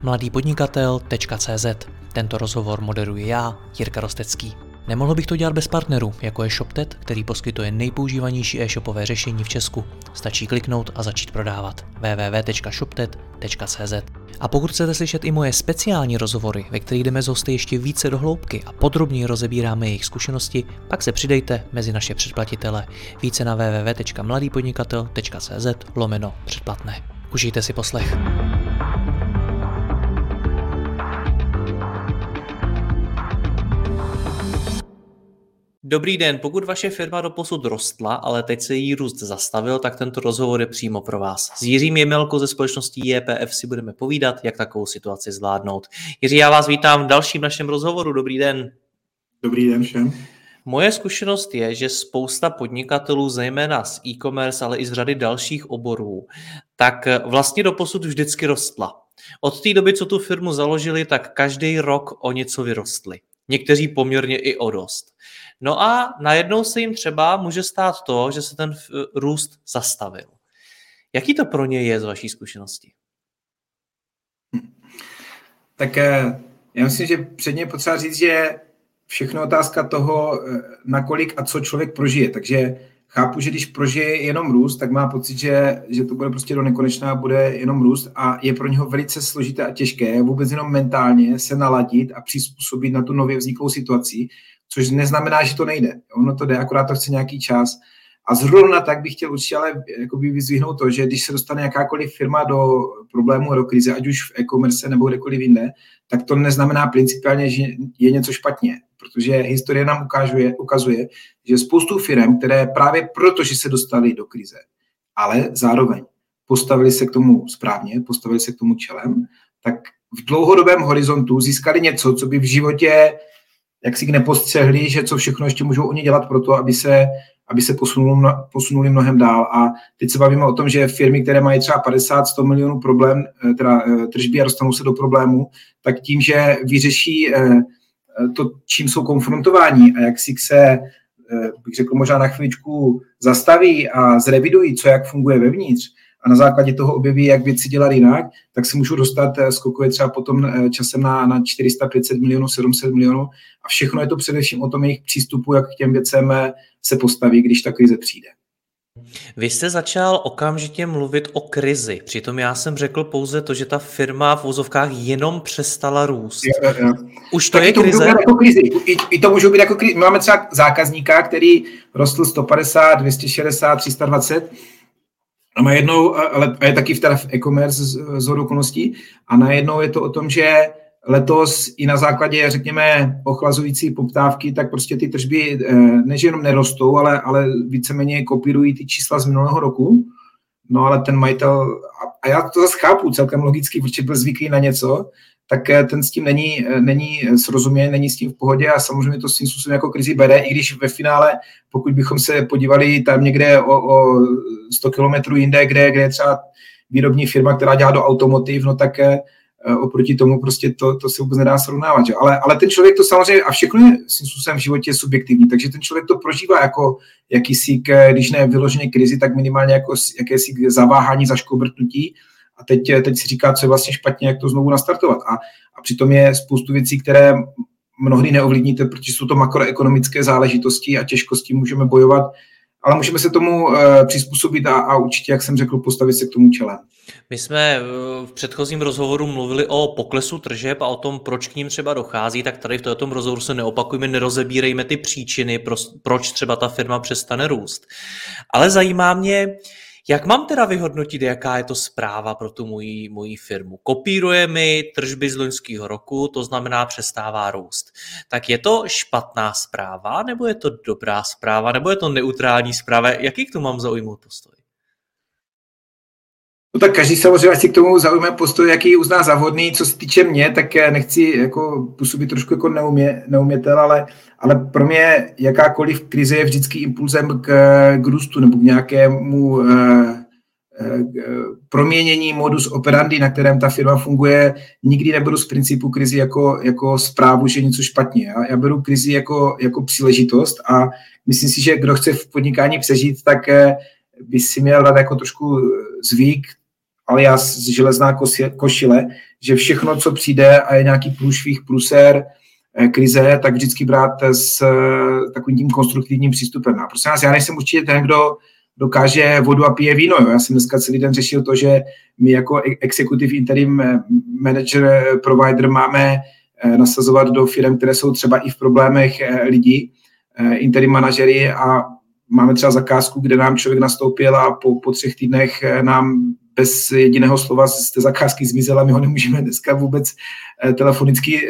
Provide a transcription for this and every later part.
mladýpodnikatel.cz. Tento rozhovor moderuji já, Jirka Rostecký. Nemohl bych to dělat bez partnerů, jako je ShopTet, který poskytuje nejpoužívanější e-shopové řešení v Česku. Stačí kliknout a začít prodávat. www.shoptet.cz. A pokud chcete slyšet i moje speciální rozhovory, ve kterých jdeme z hosty ještě více do hloubky a podrobněji rozebíráme jejich zkušenosti, pak se přidejte mezi naše předplatitele. Více na www.mladýpodnikatel.cz/předplatné. Užijte si poslech. Dobrý den, pokud vaše firma doposud rostla, ale teď se její růst zastavil, tak tento rozhovor je přímo pro vás. S Jiřím Jemelkou ze společnosti JPF si budeme povídat, jak takovou situaci zvládnout. Jiří, já vás vítám v dalším našem rozhovoru. Dobrý den. Dobrý den všem. Moje zkušenost je, že spousta podnikatelů, zejména z e-commerce, ale i z řady dalších oborů, tak vlastně doposud vždycky rostla. Od té doby, co tu firmu založili, tak každý rok o něco vyrostli. Někteří poměrně i o dost. No a najednou se jim třeba může stát to, že se ten růst zastavil. Jaký to pro ně je z vaší zkušenosti? Tak já myslím, že předně je potřeba říct, že všechno je otázka toho, nakolik a co člověk prožije. Takže chápu, že když prožije jenom růst, tak má pocit, že to bude prostě do nekonečna, bude jenom růst a je pro něho velice složité a těžké vůbec jenom mentálně se naladit a přizpůsobit na tu nově vzniklou situaci, což neznamená, že to nejde. Ono to jde, akorát to chce nějaký čas. A zrovna tak bych chtěl určitě ale vyzvihnout to, že když se dostane jakákoliv firma do problému, do krize, ať už v e-commerce nebo kdekoliv jinde, tak to neznamená principiálně, že je něco špatně. Protože historie nám ukazuje, že spoustu firm, které právě proto, že se dostali do krize, ale zároveň postavili se k tomu správně, postavili se k tomu čelem, tak v dlouhodobém horizontu získali něco, co by v životě jak si nepostřehli, že co všechno ještě můžou oni dělat pro to, aby se posunuli mnohem dál. A teď se bavíme o tom, že firmy, které mají třeba 50-100 milionů tržby a dostanou se do problému, tak tím, že vyřeší to, čím jsou konfrontováni a jak si se, bych řekl, možná na chvíličku zastaví a zrevidují, co jak funguje vevnitř a na základě toho objeví, jak věci dělat jinak, tak se můžou dostat skokově třeba potom časem na 400, 500 milionů, 700 milionů a všechno je to především o tom jejich přístupu, jak k těm věcem se postaví, když ta krize přijde. Vy jste začal okamžitě mluvit o krizi, přitom já jsem řekl pouze to, že ta firma v uvozovkách jenom přestala růst. Už to je krize? Jako krizi. I to můžou být jako krizi. My máme třeba zákazníka, který rostl 150, 260, 320 a najednou, ale je taky v e-commerce z okolností a najednou je to o tom, že letos i na základě, řekněme, ochlazující poptávky, tak prostě ty tržby než jenom nerostou, ale víceméně kopírují ty čísla z minulého roku. No ale ten majitel, a já to zase chápu celkem logicky, protože byl zvyklý na něco, tak ten s tím není srozuměn, není s tím v pohodě a samozřejmě to s tím způsobem jako krizi bere, i když ve finále, pokud bychom se podívali tam někde o 100 kilometrů jinde, kde je třeba výrobní firma, která dělá do automotiv, no tak oproti tomu prostě to se vůbec nedá srovnávat. Že? Ale ten člověk to samozřejmě, a všechno je svým způsobem v životě subjektivní, takže ten člověk to prožívá jako jakýsi, když ne vyloženě krizi, tak minimálně jako jakési zaváhání, zaškobrtnutí a teď si říká, co je vlastně špatně, jak to znovu nastartovat. A přitom je spoustu věcí, které mnohdy neovlivníte, protože jsou to makroekonomické záležitosti a těžko s tím můžeme bojovat, ale můžeme se tomu přizpůsobit a určitě, jak jsem řekl, postavit se k tomu čelem. My jsme v předchozím rozhovoru mluvili o poklesu tržeb a o tom, proč k ním třeba dochází, tak tady v tom rozhovoru se neopakujme, nerozebírejme ty příčiny, proč třeba ta firma přestane růst. Ale zajímá mě, jak mám teda vyhodnotit, jaká je to zpráva pro tu moji firmu? Kopíruje mi tržby z loňského roku, to znamená přestává růst. Tak je to špatná zpráva, nebo je to dobrá zpráva, nebo je to neutrální zpráva? Jaký k tomu mám zaujmout postoj? No tak každý samozřejmě si k tomu zaujme postoj, jaký uzná za vhodný. Co se týče mě, tak nechci jako působit trošku jako neumětel, ale pro mě jakákoliv krize je vždycky impulzem k růstu nebo k nějakému proměnění modus operandi, na kterém ta firma funguje. Nikdy neberu z principu krizi jako zprávu, že je něco špatně. Já beru krizi jako příležitost a myslím si, že kdo chce v podnikání přežít, tak by si měl dát jako trošku zvyk, alias železná košile, že všechno, co přijde a je nějaký průšvih, průser, krize, tak vždycky brát s takovým tím konstruktivním přístupem. A prosím vás, já nejsem určitě ten, kdo dokáže vodu a pije víno. Jo. Já jsem dneska celý den řešil to, že my jako executive interim manager provider máme nasazovat do firm, které jsou třeba i v problémech lidí, interim manažery, a máme třeba zakázku, kde nám člověk nastoupil a po 3 týdnech nám bez jediného slova z té zakázky zmizel a my ho nemůžeme dneska vůbec telefonicky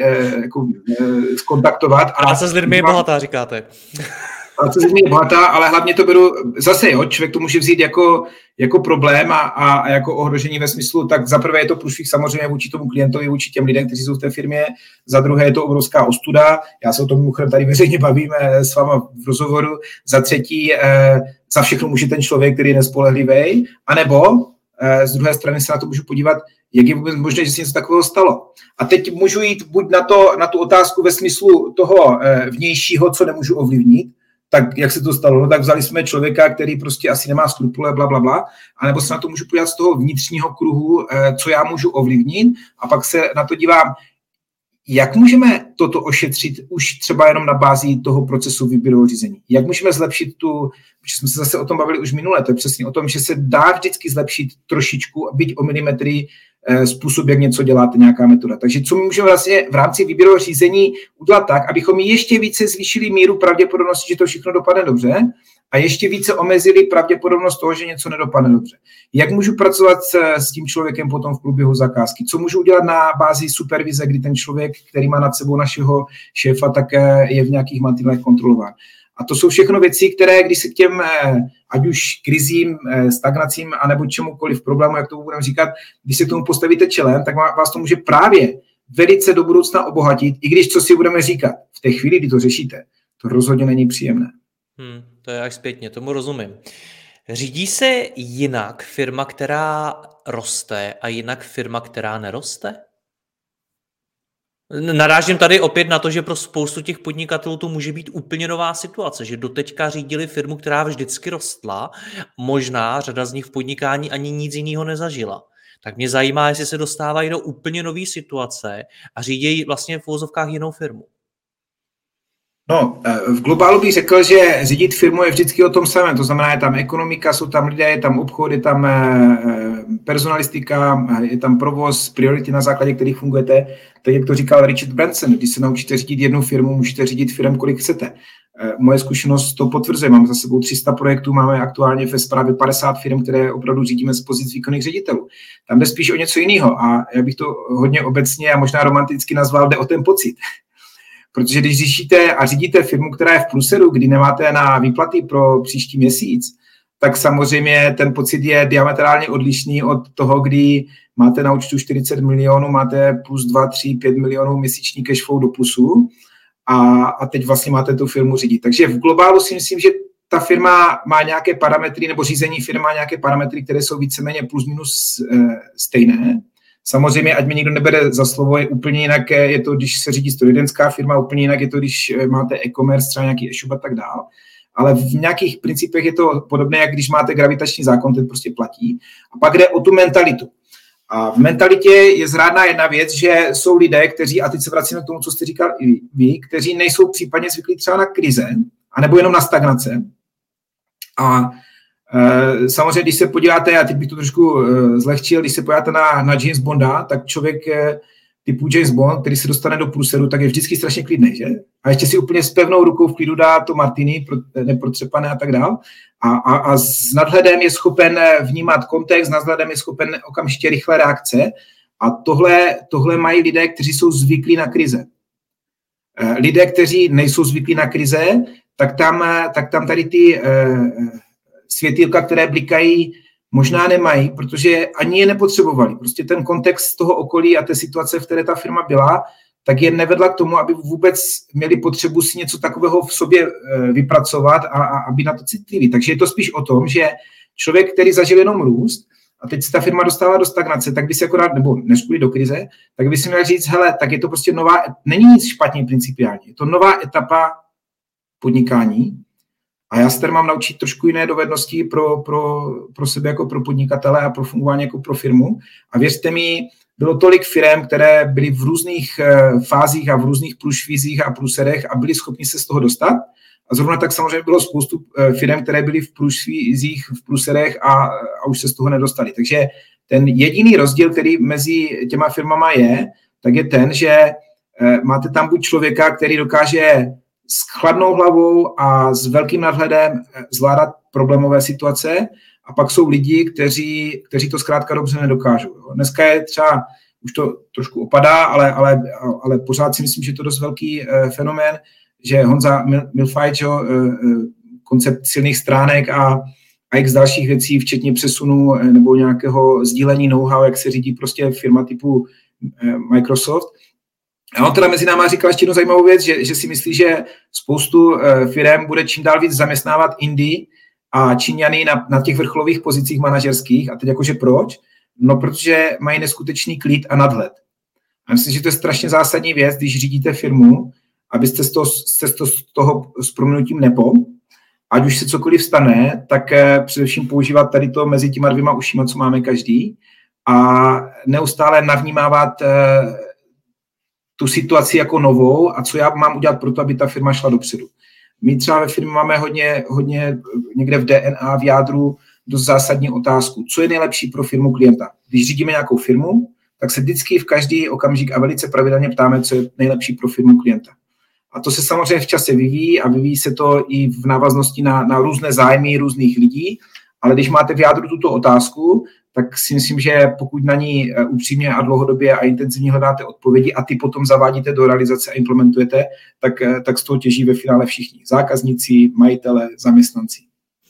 skontaktovat. Práce s lidmi je bohatá, říkáte. Práce s lidmi je bohatá, ale hlavně to beru zase, jo, člověk to může vzít jako problém a jako ohrožení ve smyslu, tak za prvé je to průšvih samozřejmě vůči tomu klientovi, vůči těm lidem, kteří jsou v té firmě, za druhé je to obrovská ostuda, já se o tom mimochodem tady veřejně bavím s váma v rozhovoru, za třetí za všechno může ten člověk, který je nespolehlivý, anebo z druhé strany se na to můžu podívat, jak je vůbec možné, že se něco takového stalo. A teď můžu jít buď na tu otázku ve smyslu toho vnějšího, co nemůžu ovlivnit, tak jak se to stalo, no, tak vzali jsme člověka, který prostě asi nemá skrupule, blablabla, anebo se na to můžu podívat z toho vnitřního kruhu, co já můžu ovlivnit, a pak se na to dívám, jak můžeme toto ošetřit už třeba jenom na bázi toho procesu výběrového řízení. Jak můžeme zlepšit protože jsme se zase o tom bavili už minule, to je přesně o tom, že se dá vždycky zlepšit trošičku, byť o milimetry, způsob, jak něco děláte, nějaká metoda. Takže co my můžeme vlastně v rámci výběrového řízení udělat tak, abychom ještě více zvýšili míru pravděpodobnosti, že to všechno dopadne dobře, a ještě více omezili pravděpodobnost toho, že něco nedopadne dobře. Jak můžu pracovat s tím člověkem potom v průběhu zakázky? Co můžu udělat na bázi supervize, kdy ten člověk, který má nad sebou našeho šéfa, tak je v nějakých mantinelech kontrolován? A to jsou všechno věci, které, když se k těm, ať už krizím, stagnacím, anebo čemukoliv problému, jak to budeme říkat, když se k tomu postavíte čelem, tak vás to může právě velice do budoucna obohatit, i když, co si budeme říkat, v té chvíli, kdy to řešíte, to rozhodně není příjemné. To je až zpětně, tomu rozumím. Řídí se jinak firma, která roste, a jinak firma, která neroste? Narážím tady opět na to, že pro spoustu těch podnikatelů to může být úplně nová situace, že doteďka řídili firmu, která vždycky rostla, možná řada z nich v podnikání ani nic jiného nezažila. Tak mě zajímá, jestli se dostávají do úplně nové situace a řídí vlastně v uvozovkách jinou firmu. No, v globálu bych řekl, že řídit firmu je vždycky o tom samém. To znamená, je tam ekonomika, jsou tam lidé, je tam obchod, je tam personalistika, je tam provoz, priority, na základě kterých fungujete. Tak jak to říkal Richard Branson, když se naučíte řídit jednu firmu, můžete řídit firm, kolik chcete. Moje zkušenost to potvrzuje. Máme za sebou 300 projektů, máme aktuálně ve správě 50 firm, které opravdu řídíme z pozic výkonných ředitelů. Tam jde spíš o něco jiného a já bych to hodně obecně a možná romanticky nazval, jde o ten pocit. Protože když řešíte a řídíte firmu, která je v průseru, kdy nemáte na výplaty pro příští měsíc, tak samozřejmě ten pocit je diametrálně odlišný od toho, kdy máte na účtu 40 milionů, máte plus 2, 3, 5 milionů měsíční cash flow do plusu a teď vlastně máte tu firmu řídit. Takže v globálu si myslím, že ta firma má nějaké parametry, nebo řízení firmy má nějaké parametry, které jsou víceméně plus minus stejné. Samozřejmě, ať mě někdo nebere za slovo, je úplně jinak, je to, když se řídí strojírenská firma, úplně jinak je to, když máte e-commerce, třeba nějaký e-shop a tak dál. Ale v nějakých principech je to podobné, jak když máte gravitační zákon, ten prostě platí. A pak jde o tu mentalitu. A v mentalitě je zrádná jedna věc, že jsou lidé, kteří, a teď se vracíme k tomu, co jste říkal i vy, kteří nejsou případně zvyklí třeba na krize, anebo jenom na stagnace. A samozřejmě, když se podíváte, a teď bych to trošku zlehčil, když se podíváte na James Bonda, tak člověk typu James Bond, který se dostane do průseru, tak je vždycky strašně klidný, že? A ještě si úplně s pevnou rukou v klidu dá to martini, neprotřepané a tak dál. A s nadhledem je schopen vnímat kontext, s nadhledem je schopen okamžitě rychlé reakce. A tohle mají lidé, kteří jsou zvyklí na krize. Lidé, kteří nejsou zvyklí na krize, tak tam tady ty světýlka, které blikají, možná nemají, protože ani je nepotřebovali. Prostě ten kontext toho okolí a té situace, v které ta firma byla, tak je nevedla k tomu, aby vůbec měli potřebu si něco takového v sobě vypracovat a aby na to citliví. Takže je to spíš o tom, že člověk, který zažil jenom růst, a teď se ta firma dostává do stagnace, tak by si akorát, nebo než do krize, tak by si měl říct, hele, tak je to prostě není nic špatně principiálně, je to nová etapa podnikání A já se tady mám naučit trošku jiné dovednosti pro sebe jako pro podnikatele a pro fungování jako pro firmu. A věřte mi, bylo tolik firem, které byly v různých fázích a v různých průšvizích a průserech a byly schopni se z toho dostat. A zrovna tak samozřejmě bylo spoustu firem, které byly v průšvizích, v průserech a už se z toho nedostali. Takže ten jediný rozdíl, který mezi těma firmama je, tak je ten, že máte tam buď člověka, který dokáže s chladnou hlavou a s velkým nadhledem zvládat problémové situace, a pak jsou lidi, kteří to zkrátka dobře nedokážou. Dneska je třeba, už to trošku opadá, ale pořád si myslím, že je to dost velký fenomén, že Honza Milfaj, koncept silných stránek a x dalších věcí, včetně přesunu nebo nějakého sdílení know-how, jak se řídí prostě firma typu Microsoft. A on teda mezi náma říkal ještě jednu zajímavou věc, že si myslí, že spoustu firem bude čím dál víc zaměstnávat Indii a Číňany na těch vrcholových pozicích manažerských. A teď jakože proč? No, protože mají neskutečný klid a nadhled. A myslím, že to je strašně zásadní věc, když řídíte firmu, abyste z toho s prominutím nepo, ať už se cokoliv stane, tak především používat tady to mezi těma dvěma ušima, co máme každý, a neustále navnímávat tu situaci jako novou a co já mám udělat pro to, aby ta firma šla dopředu. My třeba ve firmě máme hodně někde v DNA, v jádru dost zásadní otázku. Co je nejlepší pro firmu klienta? Když řídíme nějakou firmu, tak se vždycky v každý okamžik a velice pravidelně ptáme, co je nejlepší pro firmu klienta. A to se samozřejmě v čase vyvíjí a vyvíjí se to i v návaznosti na různé zájmy různých lidí, ale když máte v jádru tuto otázku, tak si myslím, že pokud na ní upřímně a dlouhodobě a intenzivně hledáte odpovědi a ty potom zavádíte do realizace a implementujete, tak z toho těží ve finále všichni. Zákazníci, majitele, zaměstnanci.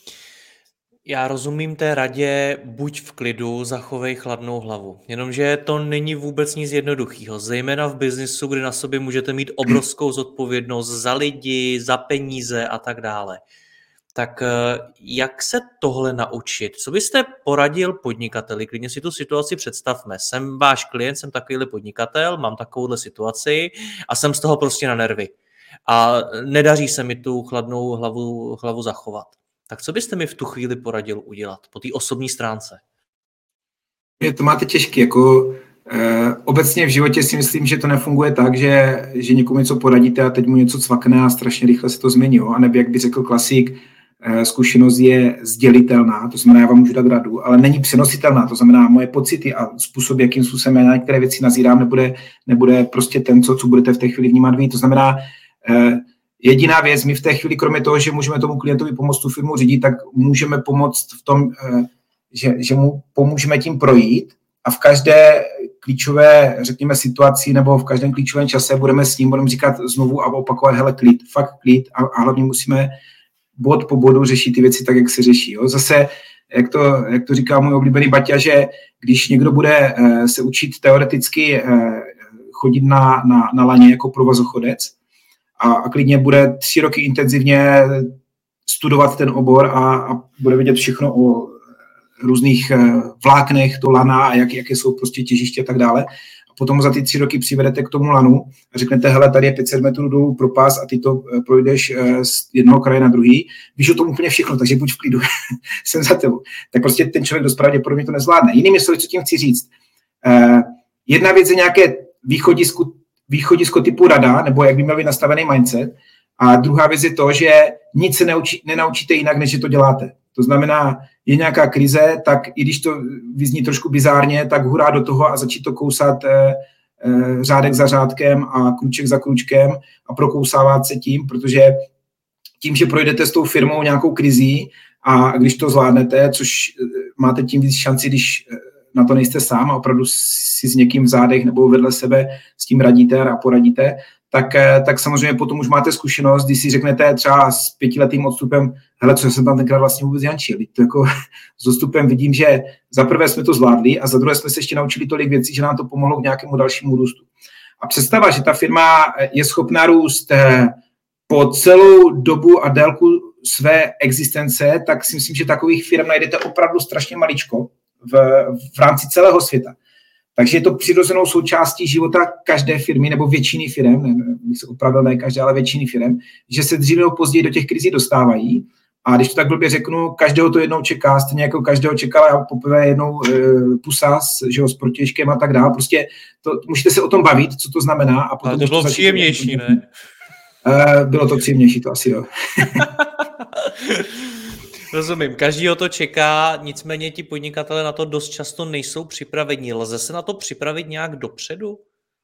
Já rozumím té radě, buď v klidu, zachovej chladnou hlavu. Jenomže to není vůbec nic jednoduchého, zejména v biznisu, kdy na sobě můžete mít obrovskou zodpovědnost za lidi, za peníze a tak dále. Tak jak se tohle naučit? Co byste poradil podnikateli? Klidně si tu situaci představme. Jsem váš klient, jsem takovýhle podnikatel, mám takovouhle situaci a jsem z toho prostě na nervy. A nedaří se mi tu chladnou hlavu zachovat. Tak co byste mi v tu chvíli poradil udělat po té osobní stránce? To máte těžké. Obecně v životě si myslím, že to nefunguje tak, že někomu něco poradíte a teď mu něco cvakne a strašně rychle se to změní. A nebo jak by řekl klasik, zkušenost je sdělitelná, to znamená, já vám můžu dát radu, ale není přenositelná, to znamená, moje pocity a způsob, jakým způsobem já na některé věci nazírám, nebude prostě ten, co budete v té chvíli vnímat vy. To znamená, jediná věc, my v té chvíli, kromě toho, že můžeme tomu klientovi pomoct tu firmu řídit, tak můžeme pomoct v tom, že mu pomůžeme tím projít a v každé klíčové, řekněme, situaci nebo v každém klíčovém čase budeme říkat znovu a opakovat, hele, klid, fakt klid a hlavně musíme bod po bodu řešit ty věci tak, jak se řeší. Jo. Zase, jak to říká můj oblíbený Baťa, že když někdo bude se učit teoreticky chodit na laně jako provazochodec a klidně bude 3 roky intenzivně studovat ten obor a bude vědět všechno o různých vláknech, to lana a jaké jsou prostě těžiště a tak dále. A potom za ty 3 roky přivedete k tomu lanu a řeknete, hele, tady je 500 metrů dolů propás a ty to projdeš z jednoho kraje na druhý. Víš o tom úplně všechno, takže buď v klidu, jsem za tebou. Tak prostě ten člověk dost pravděpodobně to nezvládne. Jinými slovy, co tím chci říct. Jedna věc je nějaké východisko typu rada, nebo jak by měl být nastavený mindset. A druhá věc je to, že nic se nenaučíte jinak, než že to děláte. To znamená, je nějaká krize, tak i když to vyzní trošku bizárně, tak hurá do toho a začít to kousat řádek za řádkem a krůček za krůčkem a prokousávat se tím, protože tím, že projdete s tou firmou nějakou krizí a když to zvládnete, což máte tím víc šanci, když na to nejste sám a opravdu si s někým v zádech nebo vedle sebe s tím radíte a poradíte, tak samozřejmě potom už máte zkušenost, když si řeknete třeba s 5letým odstupem, hele, co jsem tam tenkrát vlastně vůbec jančil. To jako s odstupem vidím, že za prvé jsme to zvládli a za druhé jsme se ještě naučili tolik věcí, že nám to pomohlo k nějakému dalšímu růstu. A představa, že ta firma je schopná růst po celou dobu a délku své existence, tak si myslím, že takových firm najdete opravdu strašně maličko v rámci celého světa. Takže je to přirozenou součástí života každé firmy nebo většiny firm, bych se opravil, ne každé, ale většiny firm, že se dříve nebo později do těch krizí dostávají, A když to tak blbě řeknu, každého to jednou čeká, stejně jako každého čekala poprvé jednou pusa s protějškem a tak dále. Prostě můžete se o tom bavit, co to znamená. A potom ale to bylo příjemnější, ne? Bylo to příjemnější, to asi jo. Rozumím, každýho to čeká, nicméně ti podnikatelé na to dost často nejsou připraveni. Lze se na to připravit nějak dopředu?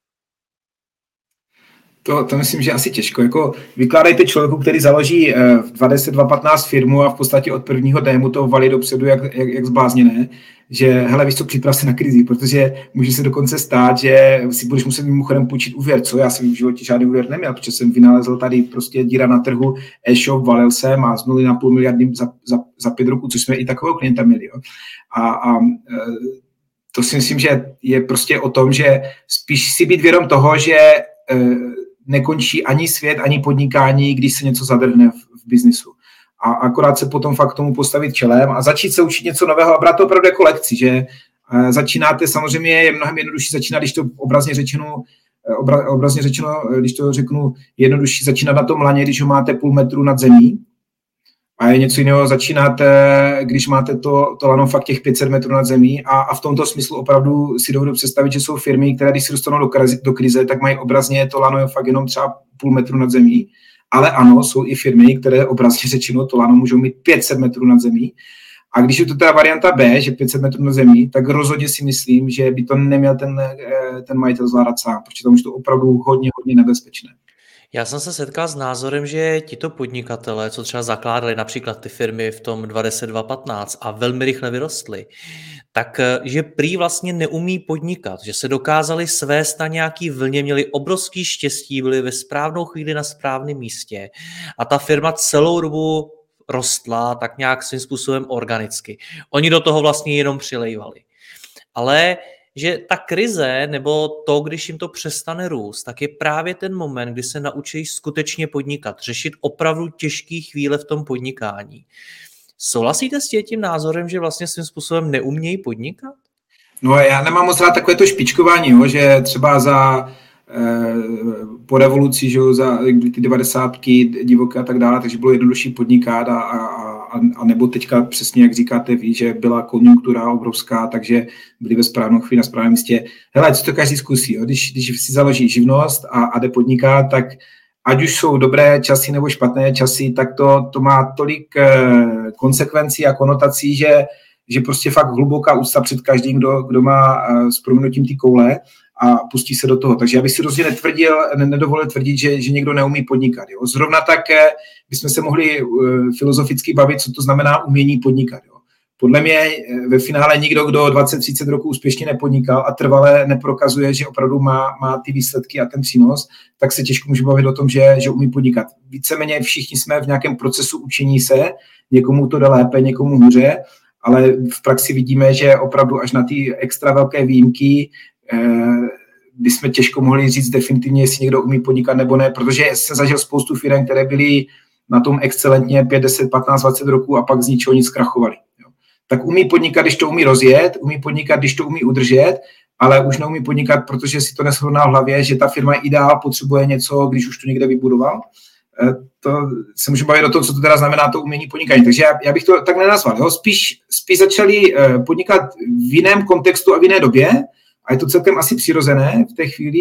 To myslím, že asi těžko. Jako vykládejte člověku, který založí v 2015 firmu a v podstatě od prvního dému to valí dopředu jak zblázněné, že hele, víš co, připrav se na krizi, protože může se dokonce stát, že si budeš muset mimochodem půjčit úvěr, co já jsem v životě žádný úvěr neměl, protože jsem vynalezl tady prostě díra na trhu, e-shop, valil jsem a z 0,5 miliardy za 5 roků, což jsme i takového klienta měli. Jo. A to si myslím, že je prostě o tom, že spíš si být vědom toho, že nekončí ani svět, ani podnikání, když se něco zadrhne v biznisu. A akorát se potom fakt tomu postavit čelem a začít se učit něco nového a brát to opravdu jako lekci, že začínáte, samozřejmě je mnohem jednodušší začínat, když to obrazně řečeno, když to řeknu jednodušší, začínat na tom laně, když ho máte půl metru nad zemí a je něco jiného začínat, když máte to lano fakt těch 500 metrů nad zemí a v tomto smyslu opravdu si dovedu představit, že jsou firmy, které když se dostanou do krize, tak mají obrazně to lano fakt jenom třeba půl metru nad zemí, ale ano, jsou i firmy, které obrazně řečeno to lano můžou mít 500 metrů nad zemí a když je to ta varianta B, že 500 metrů nad zemí, tak rozhodně si myslím, že by to neměl ten majitel zvládat sám, protože tam už to opravdu hodně nebezpečné. Já jsem se setkal s názorem, že tito podnikatelé, co třeba zakládali například ty firmy v tom 2015 a velmi rychle vyrostly, tak že prý vlastně neumí podnikat, že se dokázali svést na nějaký vlně, měli obrovský štěstí, byli ve správnou chvíli na správném místě a ta firma celou dobu rostla tak nějak svým způsobem organicky. Oni do toho vlastně jenom přilejvali. Ale že ta krize nebo to, když jim to přestane růst, tak je právě ten moment, kdy se naučí skutečně podnikat, řešit opravdu těžké chvíle v tom podnikání. Souhlasíte s tím názorem, že vlastně svým způsobem neumějí podnikat? No já nemám moc rád takové to špičkování, jo, že třeba po revoluci, že za ty 90. divoké a tak dále, takže bylo jednodušší podnikat a nebo teďka přesně, jak říkáte vy, že byla konjunktura obrovská, takže byli ve správnou chvíli na správném místě. Hele, co to každý zkusí, jo? Když si založí živnost a jde podnikat, tak ať už jsou dobré časy nebo špatné časy, tak to má tolik konsekvencí a konotací, že prostě fakt hluboká úcta před každým, kdo má s prominutím ty koule a pustí se do toho. Takže já bych si rozhodně nedovolil tvrdit, že někdo neumí podnikat. Jo. Zrovna tak bychom se mohli filozoficky bavit, co to znamená umění podnikat. Jo. Podle mě ve finále nikdo, kdo 20-30 roků úspěšně nepodnikal a trvale neprokazuje, že opravdu má ty výsledky a ten přínos, tak se těžko může bavit o tom, že umí podnikat. Víceméně všichni jsme v nějakém procesu učení se, někomu to jde lépe, někomu hůře, ale v praxi vidíme, že opravdu až na ty extra velké výjimky bychom těžko mohli říct definitivně, jestli někdo umí podnikat nebo ne, protože jsem zažil spoustu firm, které byly na tom excelentně 5, 10, 15, 20 roků a pak z ničeho nic zkrachovali. Jo. Tak umí podnikat, když to umí rozjet, umí podnikat, když to umí udržet, ale už neumí podnikat, protože si to neshodná v hlavě, že ta firma i dál potřebuje něco, když už to někde vybudoval. To se můžeme bavit o tom, co to teda znamená to umění podnikání. Takže já bych to tak nenazval. Jo. Spíš začali podnikat v jiném kontextu a v jiné době a je to celkem asi přirozené v té chvíli,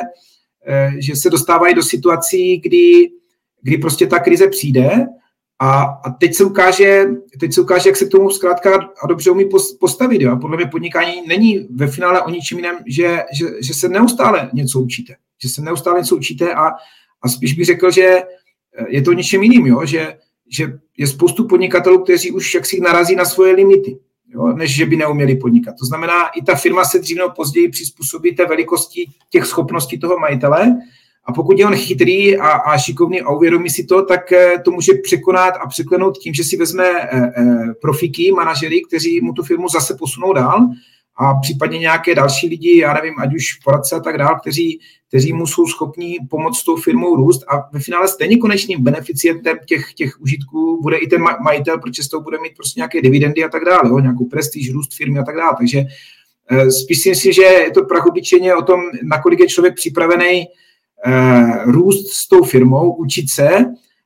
že se dostávají do situací, kdy prostě ta krize přijde a teď se ukáže, jak se k tomu zkrátka a dobře umí postavit. Jo. A podle mě podnikání není ve finále o ničem jiném, že se neustále něco učíte. Že se neustále něco učíte a spíš bych řekl, že je to něčem jiným, jo? Že je spoustu podnikatelů, kteří už jaksi narazí na svoje limity, jo? Než že by neuměli podnikat. To znamená, i ta firma se dřív nebo později přizpůsobí té velikosti těch schopností toho majitele a pokud je on chytrý a šikovný a uvědomí si to, tak to může překonat a překlenout tím, že si vezme profíky, manažery, kteří mu tu firmu zase posunou dál a případně nějaké další lidi, já nevím, ať už poradce a tak dál, kteří mu jsou schopní pomoct s tou firmou růst a ve finále stejně konečným beneficientem těch užitků bude i ten majitel, protože z toho bude mít prostě nějaké dividendy a tak dále, jo, nějakou prestiž, růst firmy a tak dále. Takže spíš si myslím, že je to prachobyčejně o tom, nakolik je člověk připravený růst s tou firmou, učit se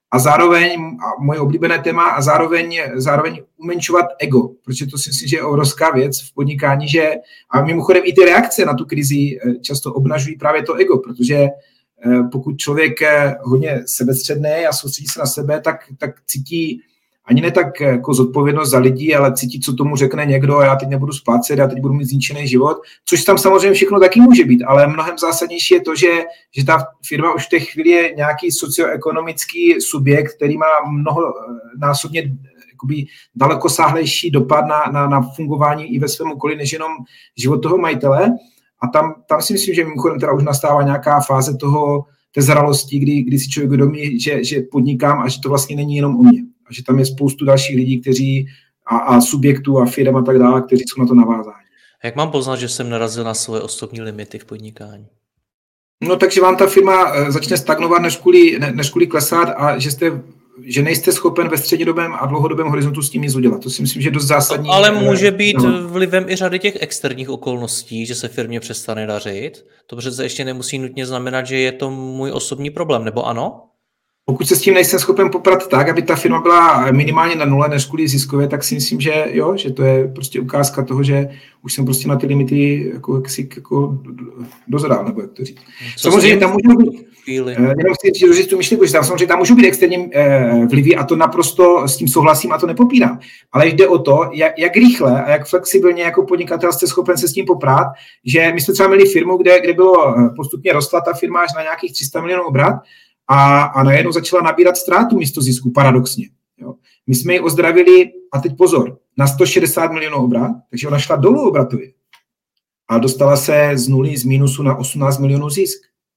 a zároveň, a moje oblíbené téma, a zároveň umenšovat ego, protože to si myslím, že je obrovská věc v podnikání, že a mimochodem i ty reakce na tu krizi často obnažují právě to ego, protože pokud člověk je hodně sebestředný a soustředí se na sebe, tak cítí ani ne tak jako zodpovědnost za lidi, ale cítí, co tomu řekne někdo a já teď nebudu splácet, já teď budu mít zničený život, což tam samozřejmě všechno taky může být, ale mnohem zásadnější je to, že ta firma už v té chvíli je nějaký socioekonomický subjekt, který má mnohonásobně dalekosáhlejší dopad na fungování i ve svém okolí, než jenom život toho majitele. A tam si myslím, že mimochodem teda už nastává nějaká fáze té zralosti, kdy si člověk uvědomí, že podnikám a že to vlastně není jenom o mě. A že tam je spoustu dalších lidí, kteří a subjektů a firm a tak dále, kteří jsou na to navázáni. Jak mám poznat, že jsem narazil na svoje osobní limity v podnikání? No takže vám ta firma začne stagnovat, než kvůli klesat a že nejste schopen ve střednědobém a dlouhodobém horizontu s tím nic udělat. To si myslím, že je dost zásadní. Ale může být vlivem i řady těch externích okolností, že se firmě přestane dařit. To přece ještě nemusí nutně znamenat, že je to můj osobní problém, nebo ano? Pokud se s tím nejsem schopen poprat tak, aby ta firma byla minimálně na nule, než kvůli ziskově, tak si myslím, že jo, že to je prostě ukázka toho, že už jsem prostě na ty limity jako dozrál, nebo jak to říct. Samozřejmě tam můžou být, jenom chci říct tu myšlenku, že samozřejmě tam můžou být externí vlivy a to naprosto s tím souhlasím a to nepopírám. Ale jde o to, jak rychle a jak flexibilně jako podnikatel jste schopen se s tím poprat, že my jsme třeba měli firmu, kde bylo postupně rostla ta firma až na nějakých 300 milionů obrat, a najednou začala nabírat ztrátu místo zisku, paradoxně. Jo. My jsme ji ozdravili, a teď pozor, na 160 milionů obrat, takže ona šla dolů obratově. A dostala se z nuly, z mínusu na 18 milionů zisk.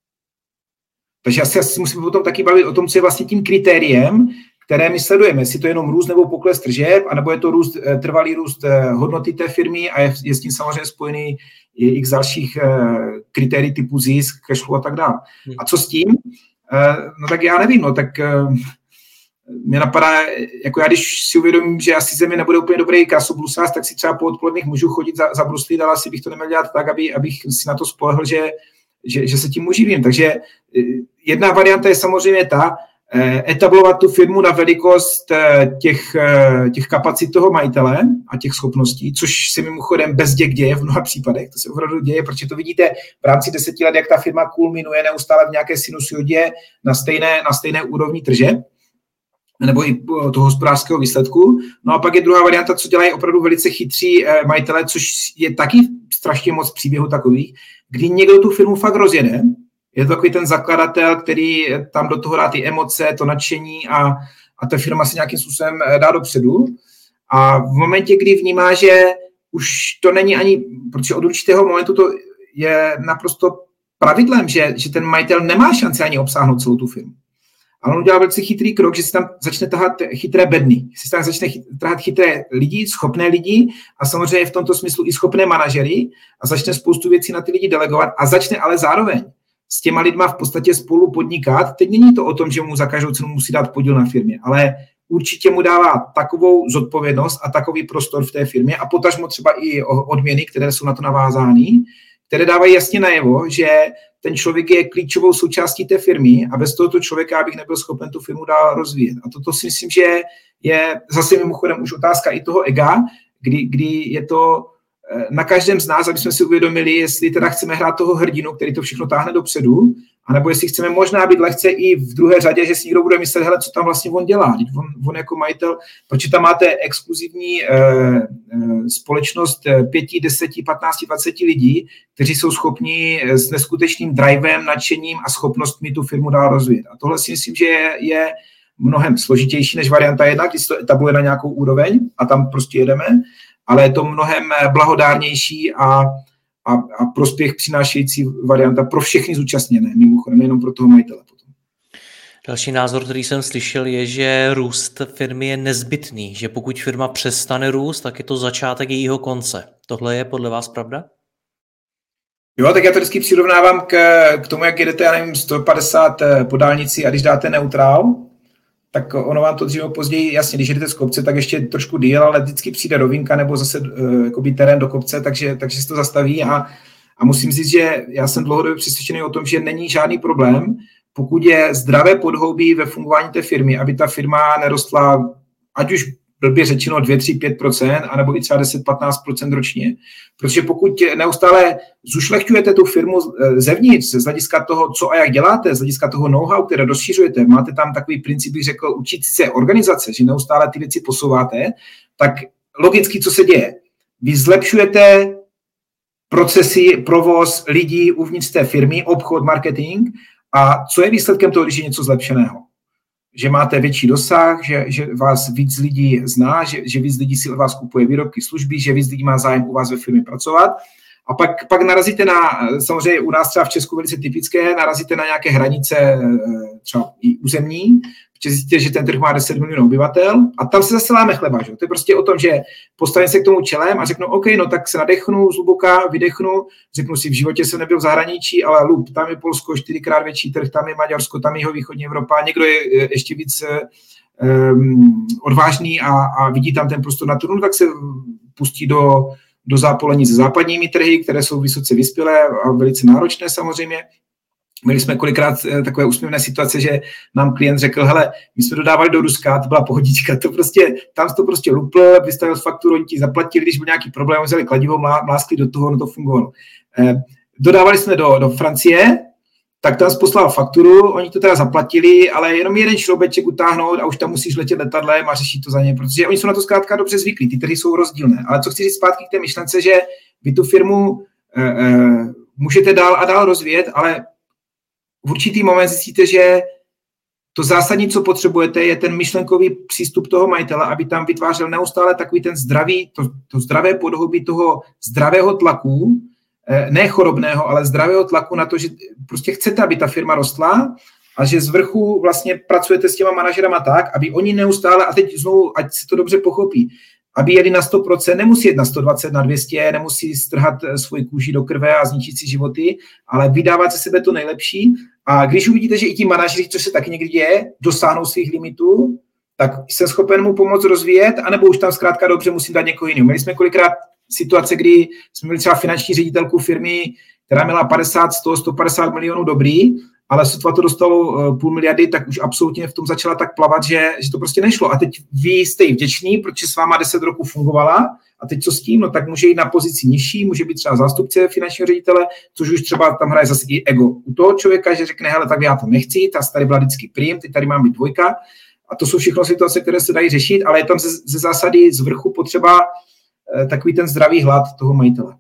Takže asi musíme potom taky bavit o tom, co je vlastně tím kritériem, které my sledujeme. Jestli to je jenom růst nebo pokles tržeb, anebo je to trvalý růst hodnoty té firmy a je s tím samozřejmě spojený i x dalších kritérií typu zisk, cashflow a tak dále. A co s tím? No tak já nevím, no tak mě napadá, jako já když si uvědomím, že asi ze mě nebude úplně dobrý krasoblusář, tak si třeba po odpoledních můžu chodit za bruslit, ale asi bych to neměl dělat tak, abych si na to spolehl, že se tím uživím. Takže jedna varianta je samozřejmě ta, etablovat tu firmu na velikost těch kapacit toho majitele a těch schopností, což se mimochodem bezděk děje v mnoha případech, to se opravdu děje, protože to vidíte v rámci 10 let, jak ta firma kulminuje neustále v nějaké sinusoidě na stejné úrovni tržeb, nebo i toho hospodářského výsledku. No a pak je druhá varianta, co dělají opravdu velice chytří majitele, což je taky strašně moc příběhů takových, kdy někdo tu firmu fakt rozjede. Je to takový ten zakladatel, který tam do toho dá ty emoce, to nadšení a ta firma se nějakým způsobem dá dopředu. A v momentě, kdy vnímá, že už to není ani, protože od určitého momentu to je naprosto pravidlem, že ten majitel nemá šanci ani obsáhnout celou tu firmu. Ale on udělá velice chytrý krok, že si tam začne tahat chytré bedny, že si tam začne tahat chytré lidi, schopné lidi a samozřejmě v tomto smyslu i schopné manažery a začne spoustu věcí na ty lidi delegovat a začne ale zároveň s těma lidma v podstatě spolu podnikat. Teď není to o tom, že mu za každou cenu musí dát podíl na firmě, ale určitě mu dává takovou zodpovědnost a takový prostor v té firmě a potažmo třeba i odměny, které jsou na to navázány, které dávají jasně najevo, že ten člověk je klíčovou součástí té firmy a bez tohoto člověka bych nebyl schopen tu firmu dál rozvíjet. A toto si myslím, že je zase mimochodem už otázka i toho ega, kdy je to na každém z nás, aby jsme si uvědomili, jestli teda chceme hrát toho hrdinu, který to všechno táhne dopředu, anebo jestli chceme možná být lehce i v druhé řadě, že si někdo bude myslet, hele, co tam vlastně on dělá. On jako majitel, protože tam máte exkluzivní společnost 5, 10, 15, 20 lidí, kteří jsou schopni s neskutečným drivem, nadšením a schopnostmi tu firmu dál rozvíjet. A tohle si myslím, že je mnohem složitější než varianta 1, když se to etabluje na nějakou úroveň a tam prostě jedeme, ale je to mnohem blahodárnější a prospěch přinášející varianta pro všechny zúčastněné, mimochodem, nejenom pro toho majitele potom. Další názor, který jsem slyšel, je, že růst firmy je nezbytný, že pokud firma přestane růst, tak je to začátek jejího konce. Tohle je podle vás pravda? Jo, tak já to vždycky přirovnávám k tomu, jak jedete, já nevím, 150 po dálnici a když dáte neutrál, tak ono vám to dříve později, jasně, když jdete z kopce, tak ještě trošku díl, ale vždycky přijde rovinka nebo zase terén do kopce, takže se to zastaví a musím říct, že já jsem dlouhodobě přesvědčený o tom, že není žádný problém, pokud je zdravé podhoubí ve fungování té firmy, aby ta firma nerostla, ať už blbě řečeno 2, 3, 5%, anebo i třeba 10-15% ročně. Protože pokud neustále zušlechťujete tu firmu zevnitř, z hlediska toho, co a jak děláte, z hlediska toho know-how, které rozšiřujete, máte tam takový princip, bych řekl, učit se organizace, že neustále ty věci posouváte, tak logicky, co se děje? Vy zlepšujete procesy, provoz lidí uvnitř té firmy, obchod, marketing, a co je výsledkem toho, když je něco zlepšeného? Že máte větší dosah, že vás víc lidí zná, že víc lidí si od vás kupuje výrobky, služby, že víc lidí má zájem u vás ve firmě pracovat. A pak narazíte na, samozřejmě u nás třeba v Česku velice typické, narazíte na nějaké hranice třeba i územní, protože zjistíte, že ten trh má 10 milionů obyvatel a tam se zase láme chleba. Že? To je prostě o tom, že postavím se k tomu čelem a řeknu, OK, no tak se nadechnu zhluboka, vydechnu, řeknu si, v životě jsem nebyl v zahraničí, ale tam je Polsko 4x větší trh, tam je Maďarsko, tam je jihovýchodní Evropa, někdo je ještě víc odvážný a vidí tam ten prostor na trhu, tak se pustí do zápolení se západními trhy, které jsou vysoce vyspělé a velice náročné samozřejmě. Měli jsme kolikrát takové úsměvné situace, že nám klient řekl, hele, my jsme dodávali do Ruska, to byla pohodička, tam to prostě lupl, vystavil fakturu, oni ti zaplatili, když byl nějaký problém, vzali kladivo, mláskli do toho, no to fungovalo. Dodávali jsme do Francie, tak tam poslal fakturu, oni to teda zaplatili, ale jenom jeden šroubeček utáhnout a už tam musíš letět letadlem a řešit to za ně, protože oni jsou na to zkrátka dobře zvyklí, ty trhy jsou rozdílné. Ale co chci říct zpátky k té myšlence, že vy tu firmu můžete dál a dál rozvíjet, ale v určitý moment zjistíte, že to zásadní, co potřebujete, je ten myšlenkový přístup toho majitele, aby tam vytvářel neustále takový ten zdravý, to zdravé podhoubí toho zdravého tlaku, ne chorobného, ale zdravého tlaku na to, že prostě chcete, aby ta firma rostla a že z vrchu vlastně pracujete s těma manažerama tak, aby oni neustále, a teď znovu, ať se to dobře pochopí, aby jeli na 100%, nemusí jet na 120, na 200, nemusí strhat svůj kůži do krve a zničit si životy, ale vydávat ze sebe to nejlepší. A když uvidíte, že i ti manažeři, což se taky někdy děje, dosáhnou svých limitů, tak jsem schopen mu pomoct rozvíjet, anebo už tam zkrátka dobře musím dát někoho jiného. Měli jsme kolikrát situace, kdy jsme měli třeba finanční ředitelku firmy, která měla 50, 100, 150 milionů dobrý, ale sotva to dostalo 500 miliony, tak už absolutně v tom začala tak plavat, že to prostě nešlo. A teď vy jste jí vděční, protože s váma 10 roků fungovala, a teď co s tím? No tak může jít na pozici nižší, může být třeba zástupce finančního ředitele, což už třeba tam hraje zase i ego u toho člověka, že řekne, hele, tak já to nechci, ta tady byla vždycky prim, teď tady mám být dvojka. A to jsou všechno situace, které se dají řešit, ale je tam ze zásady z vrchu potřeba takový ten zdravý hlad toho majitele.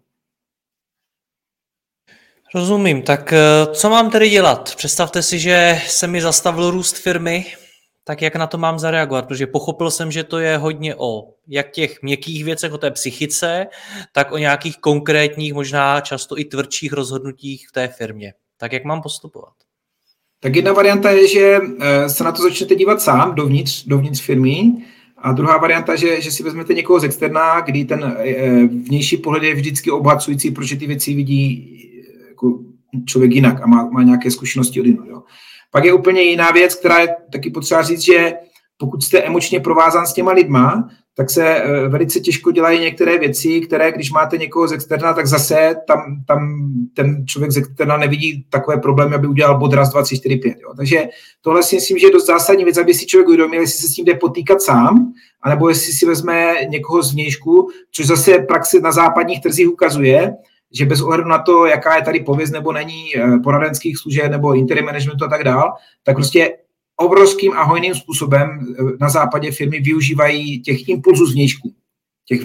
Rozumím, tak co mám tedy dělat? Představte si, že se mi zastavil růst firmy, tak jak na to mám zareagovat? Protože pochopil jsem, že to je hodně o jak těch měkkých věcech, o té psychice, tak o nějakých konkrétních, možná často i tvrdších rozhodnutích v té firmě. Tak jak mám postupovat? Tak jedna varianta je, že se na to začnete dívat sám dovnitř firmy, a druhá varianta, že si vezmete někoho z externa, kdy ten vnější pohled je vždycky obohacující, protože ty věci vidí jako člověk jinak a má nějaké zkušenosti od jinou. Jo. Pak je úplně jiná věc, která je taky potřeba říct, že pokud jste emočně provázán s těma lidma, tak se velice těžko dělají některé věci, které, když máte někoho z externa, tak zase tam ten člověk z externa nevidí takové problémy, aby udělal bod raz, 2, 3, 4, 5. Jo. Takže tohle si myslím, že je dost zásadní věc, aby si člověk uvědomil, jestli se s tím jde potýkat sám, anebo jestli si vezme někoho z vnějšku, což zase praxe na západních trzích ukazuje, že bez ohledu na to, jaká je tady pověst nebo není poradenských služeb nebo interim managementu a tak dál, tak prostě obrovským a hojným způsobem na západě firmy využívají těch impulzů z vnějšku, těch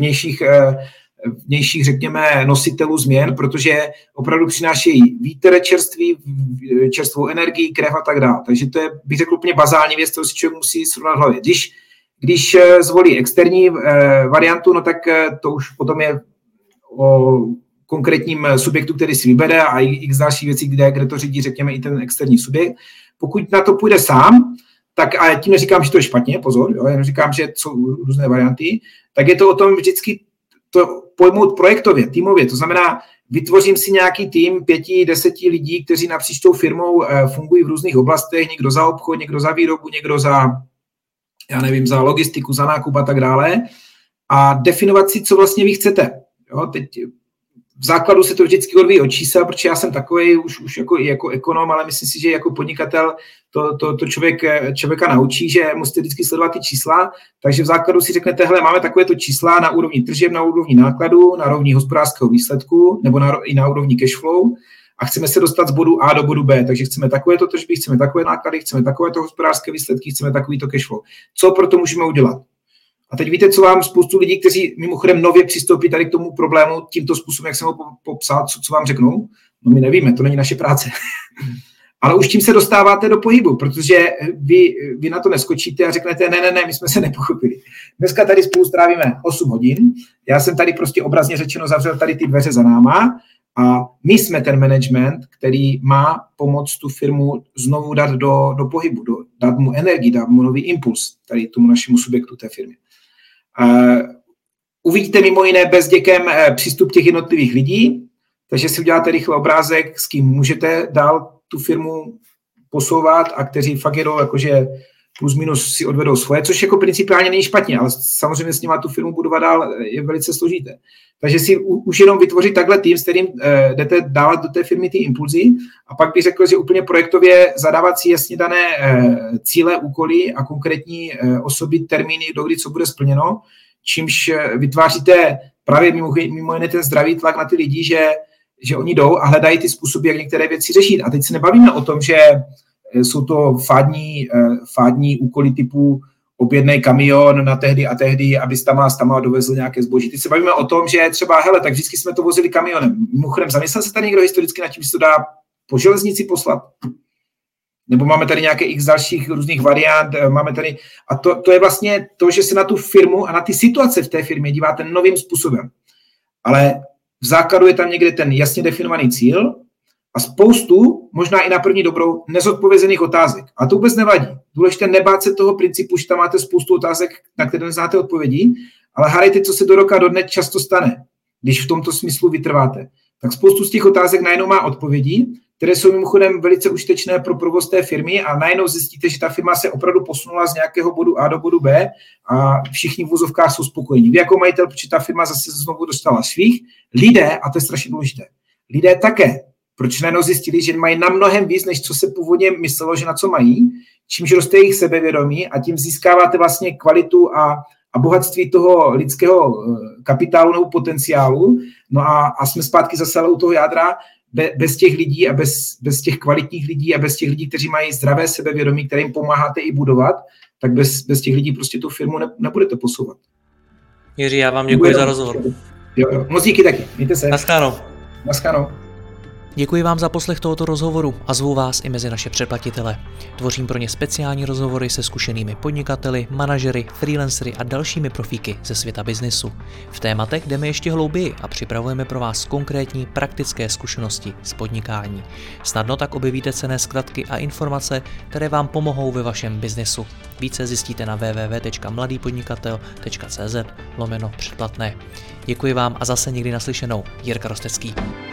vnějších, řekněme, nositelů změn, protože opravdu přinášejí vítr čerství, čerstvou energii, krev a tak dále. Takže to je, bych řekl, úplně bazální věc, kterou si člověk musí srovnat v hlavě. Když zvolí externí variantu, no tak to už potom je o konkrétním subjektu, který si vybere a x další věcí, kde to řídí, řekněme, i ten externí subjekt. Pokud na to půjde sám, tak a tím neříkám, že to je špatně, pozor, jo, jenom říkám, že jsou různé varianty, tak je to o tom vždycky to pojmout projektově, týmově. To znamená, vytvořím si nějaký tým 5, 10 lidí, kteří napříč tou firmou fungují v různých oblastech, někdo za obchod, někdo za výrobu, někdo za, já nevím, za logistiku, za nákup a tak dále, a definovat si, co vlastně vy chcete. Jo, teď v základu se to vždycky odvíjí od čísel, protože já jsem takový už jako ekonom, ale myslím si, že jako podnikatel to člověka naučí, že musíte vždycky sledovat ty čísla, takže v základu si řeknete, hele, máme takovéto čísla na úrovni tržeb, na úrovni nákladu, na úrovni hospodářského výsledku nebo i na úrovni cashflow a chceme se dostat z bodu A do bodu B, takže chceme takovéto tržby, chceme takové náklady, chceme takovéto hospodářské výsledky, chceme takovýto cashflow. Co pro to můžeme udělat? A teď víte, co vám spoustu lidí, kteří mimochodem nově přistoupí tady k tomu problému tímto způsobem, jak jsem ho popsal, co vám řeknou? No my nevíme, to není naše práce. Ale už tím se dostáváte do pohybu, protože vy na to neskočíte a řeknete, ne, my jsme se nepochopili. Dneska tady spolu strávíme 8 hodin, já jsem tady prostě obrazně řečeno zavřel tady ty dveře za náma a my jsme ten management, který má pomoct tu firmu znovu dát do pohybu, dát mu energii, dát mu nový impuls tady tomu našemu subjektu té firmy. Uvidíte mimo jiné bezděkem přístup těch jednotlivých lidí, takže si uděláte rychle obrázek, s kým můžete dál tu firmu posouvat a kteří fakt jedou jakože plus minus si odvedou svoje, což jako principiálně není špatně, ale samozřejmě s nima tu firmu budovat dál je velice složité. Takže si už jenom vytvořit takhle tým, s kterým jdete dávat do té firmy ty impulzy a pak bych řekl, že úplně projektově zadávací jasně dané cíle, úkoly a konkrétní osoby, termíny, dokdy co bude splněno, čímž vytváříte právě mimo jiné ten zdravý tlak na ty lidi, že oni jdou a hledají ty způsoby, jak některé věci řešit. A teď se nebavíme o tom, že jsou to fádní úkoly typu objednej kamion na tehdy a tehdy, aby s tama dovezl nějaké zboží. Teď se bavíme o tom, že třeba, hele, tak vždycky jsme to vozili kamionem. Mimochodem, zamyslel se tady někdo historicky nad tím, že to dá po železnici poslat? Nebo máme tady nějaké x dalších různých variant, máme tady, a to je vlastně to, že se na tu firmu a na ty situace v té firmě díváte novým způsobem. Ale v základu je tam někde ten jasně definovaný cíl a spoustu, možná i na první dobrou, nezodpovězených otázek. A to vůbec nevadí. Důležité nebát se toho principu, že tam máte spoustu otázek, na které neznáte odpovědi, ale hádejte, co se do roka, do dne často stane, když v tomto smyslu vytrváte. Tak spoustu z těch otázek najednou má odpovědi, které jsou mimochodem velice užitečné pro provoz té firmy a najednou zjistíte, že ta firma se opravdu posunula z nějakého bodu A do bodu B a všichni v vozovkách jsou spokojení. Vy jako majitel, protože ta firma zase znovu dostala svých, lidé, a to je strašně důležité, lidé také, proč najednou zjistili, že mají na mnohem víc, než co se původně myslelo, že na co mají, čímž roste jejich sebevědomí a tím získáváte vlastně kvalitu a bohatství toho lidského kapitálu nebo potenciálu. No a jsme zpátky zase u toho jádra, bez těch lidí a bez těch kvalitních lidí a bez těch lidí, kteří mají zdravé sebevědomí, kterým pomáháte i budovat, tak bez těch lidí prostě tu firmu nebudete posouvat. Jiří, já vám děkuji za rozhovor. Jo. Moc díky taky. Mějte se. Naschledanou. Děkuji vám za poslech tohoto rozhovoru a zvu vás i mezi naše předplatitele. Tvořím pro ně speciální rozhovory se zkušenými podnikateli, manažery, freelancery a dalšími profíky ze světa biznisu. V tématech jdeme ještě hlouběji a připravujeme pro vás konkrétní praktické zkušenosti z podnikání. Snadno tak objevíte cenné zkratky a informace, které vám pomohou ve vašem biznisu. Více zjistíte na www.mladýpodnikatel.cz/předplatné. Děkuji vám a zase někdy naslyšenou. Jirka Rostecký.